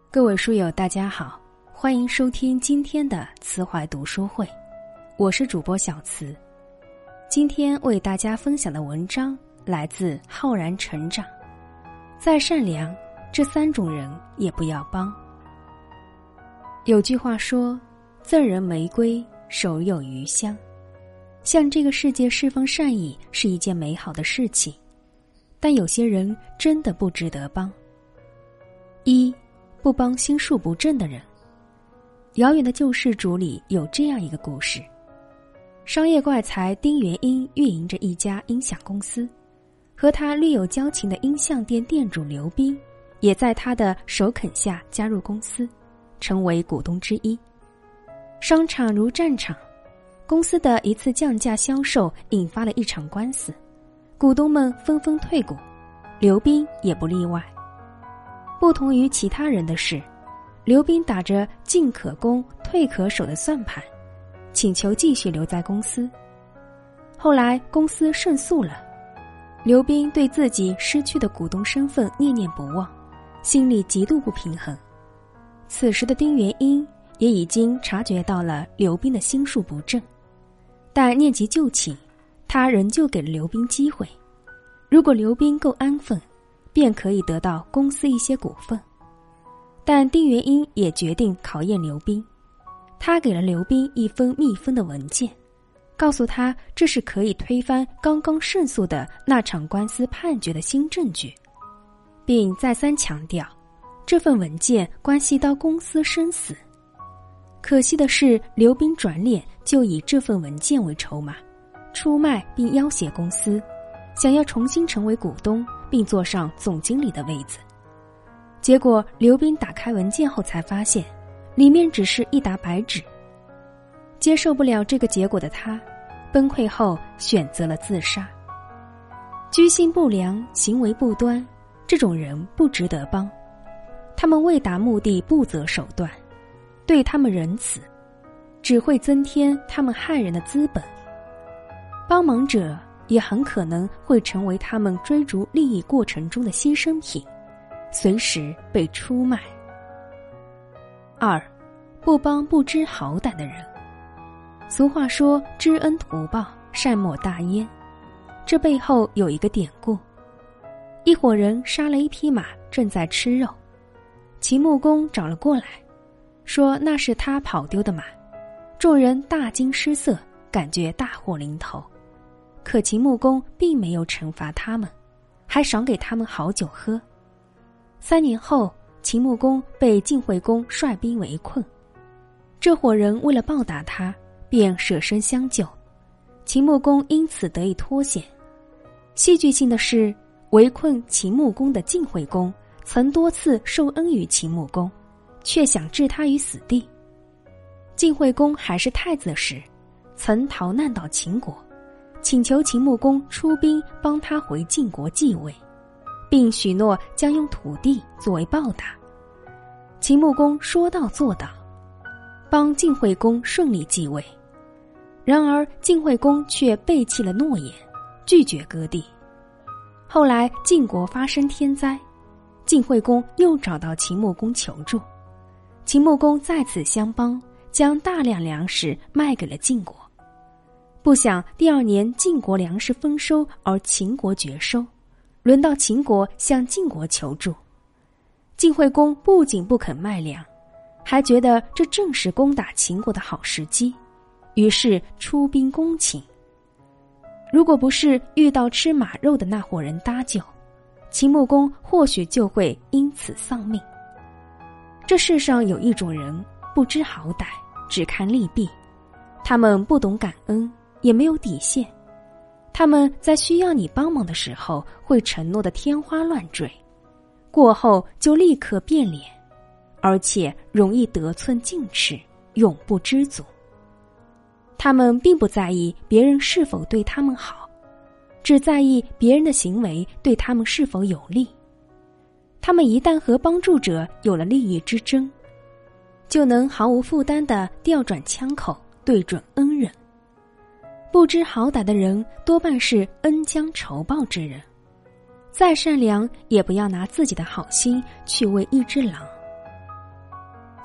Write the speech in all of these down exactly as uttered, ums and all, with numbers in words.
各位书友大家好，欢迎收听今天的慈怀读书会，我是主播小慈。今天为大家分享的文章来自浩然成长。再善良，这三种人也不要帮。有句话说，赠人玫瑰，手有余香。向这个世界释放善意是一件美好的事情，但有些人真的不值得帮。一，不帮心术不正的人。遥远的救世主里有这样一个故事，商业怪才丁元英运营着一家音响公司，和他略有交情的音像店店主刘斌也在他的首肯下加入公司，成为股东之一。商场如战场，公司的一次降价销售引发了一场官司，股东们纷纷退股，刘斌也不例外。不同于其他人的是，刘斌打着进可攻退可守的算盘，请求继续留在公司。后来公司胜诉了，刘斌对自己失去的股东身份念念不忘，心里极度不平衡。此时的丁元英也已经察觉到了刘斌的心术不正，但念及旧情，他仍旧给了刘斌机会。如果刘斌够安分，便可以得到公司一些股份。但丁元英也决定考验刘斌，他给了刘斌一封密封的文件，告诉他这是可以推翻刚刚胜诉的那场官司判决的新证据，并再三强调这份文件关系到公司生死。可惜的是，刘斌转脸就以这份文件为筹码，出卖并要挟公司，想要重新成为股东并坐上总经理的位子。结果刘斌打开文件后才发现，里面只是一沓白纸。接受不了这个结果的他，崩溃后选择了自杀。居心不良，行为不端，这种人不值得帮。他们为达目的不择手段，对他们仁慈，只会增添他们害人的资本。帮忙者也很可能会成为他们追逐利益过程中的牺牲品，随时被出卖。二，不帮不知好歹的人。俗话说，知恩图报，善莫大焉。这背后有一个典故。一伙人杀了一匹马，正在吃肉，秦穆公找了过来，说那是他跑丢的马。众人大惊失色，感觉大祸临头。可秦穆公并没有惩罚他们，还赏给他们好酒喝。三年后，秦穆公被晋惠公率兵围困，这伙人为了报答他，便舍身相救，秦穆公因此得以脱险。戏剧性的是，围困秦穆公的晋惠公曾多次受恩于秦穆公，却想置他于死地。晋惠公还是太子时，曾逃难到秦国，请求秦穆公出兵帮他回晋国继位，并许诺将用土地作为报答。秦穆公说到做到，帮晋惠公顺利继位。然而晋惠公却背弃了诺言，拒绝割地。后来晋国发生天灾，晋惠公又找到秦穆公求助，秦穆公再次相帮，将大量粮食卖给了晋国。不想第二年晋国粮食丰收，而秦国绝收，轮到秦国向晋国求助。晋惠公不仅不肯卖粮，还觉得这正是攻打秦国的好时机，于是出兵攻秦。如果不是遇到吃马肉的那伙人搭救，秦穆公或许就会因此丧命。这世上有一种人不知好歹，只看利弊，他们不懂感恩，也没有底线。他们在需要你帮忙的时候会承诺的天花乱坠，过后就立刻变脸，而且容易得寸进尺，永不知足。他们并不在意别人是否对他们好，只在意别人的行为对他们是否有利。他们一旦和帮助者有了利益之争，就能毫无负担地调转枪口，对准恩人。不知好歹的人多半是恩将仇报之人，再善良也不要拿自己的好心去喂一只狼。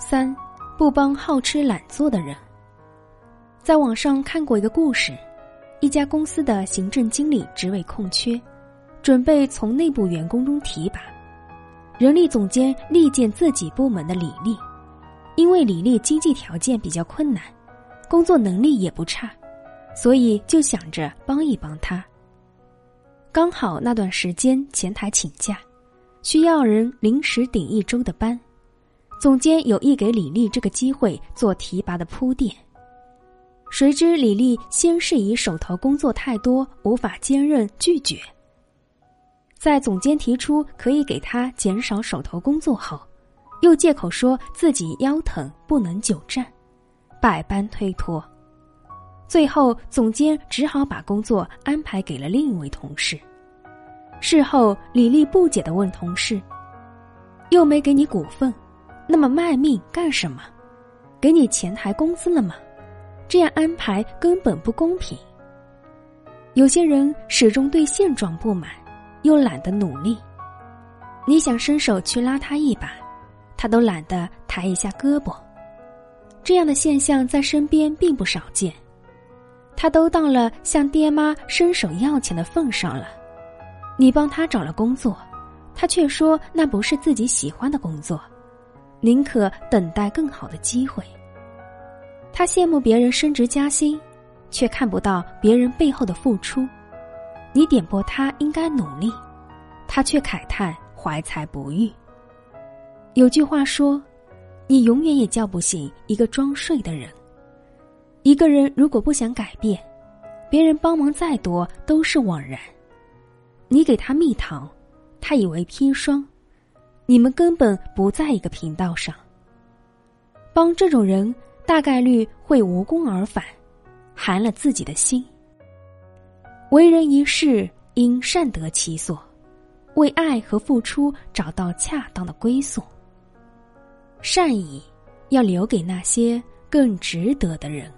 三，不帮好吃懒做的人。在网上看过一个故事，一家公司的行政经理职位空缺，准备从内部员工中提拔。人力总监力荐自己部门的李丽，因为李丽经济条件比较困难，工作能力也不差，所以就想着帮一帮她。刚好那段时间前台请假，需要人临时顶一周的班，总监有意给李丽这个机会做提拔的铺垫。谁知李丽先是以手头工作太多无法兼任拒绝，在总监提出可以给她减少手头工作后，又借口说自己腰疼不能久站，百般推脱。最后总监只好把工作安排给了另一位同事。事后李丽不解地问同事，又没给你股份，那么卖命干什么？给你前台工资了吗？这样安排根本不公平。有些人始终对现状不满，又懒得努力，你想伸手去拉他一把，他都懒得抬一下胳膊。这样的现象在身边并不少见。他都到了向爹妈伸手要钱的份上了，你帮他找了工作，他却说那不是自己喜欢的工作，宁可等待更好的机会。他羡慕别人升职加薪，却看不到别人背后的付出。你点拨他应该努力，他却慨叹怀才不遇。有句话说，你永远也叫不醒一个装睡的人。一个人如果不想改变，别人帮忙再多都是枉然。你给他蜜糖，他以为砒霜，你们根本不在一个频道上。帮这种人大概率会无功而返，寒了自己的心。为人一世应善得其所，为爱和付出找到恰当的归宿。善意要留给那些更值得的人。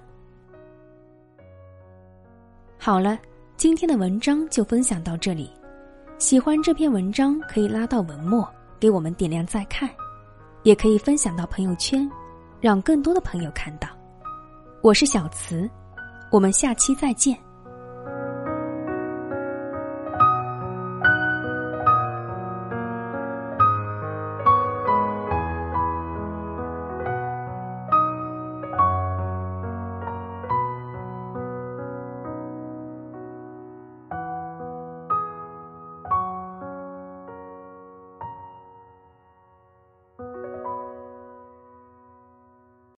好了，今天的文章就分享到这里。喜欢这篇文章可以拉到文末给我们点亮再看，也可以分享到朋友圈，让更多的朋友看到。我是小慈，我们下期再见。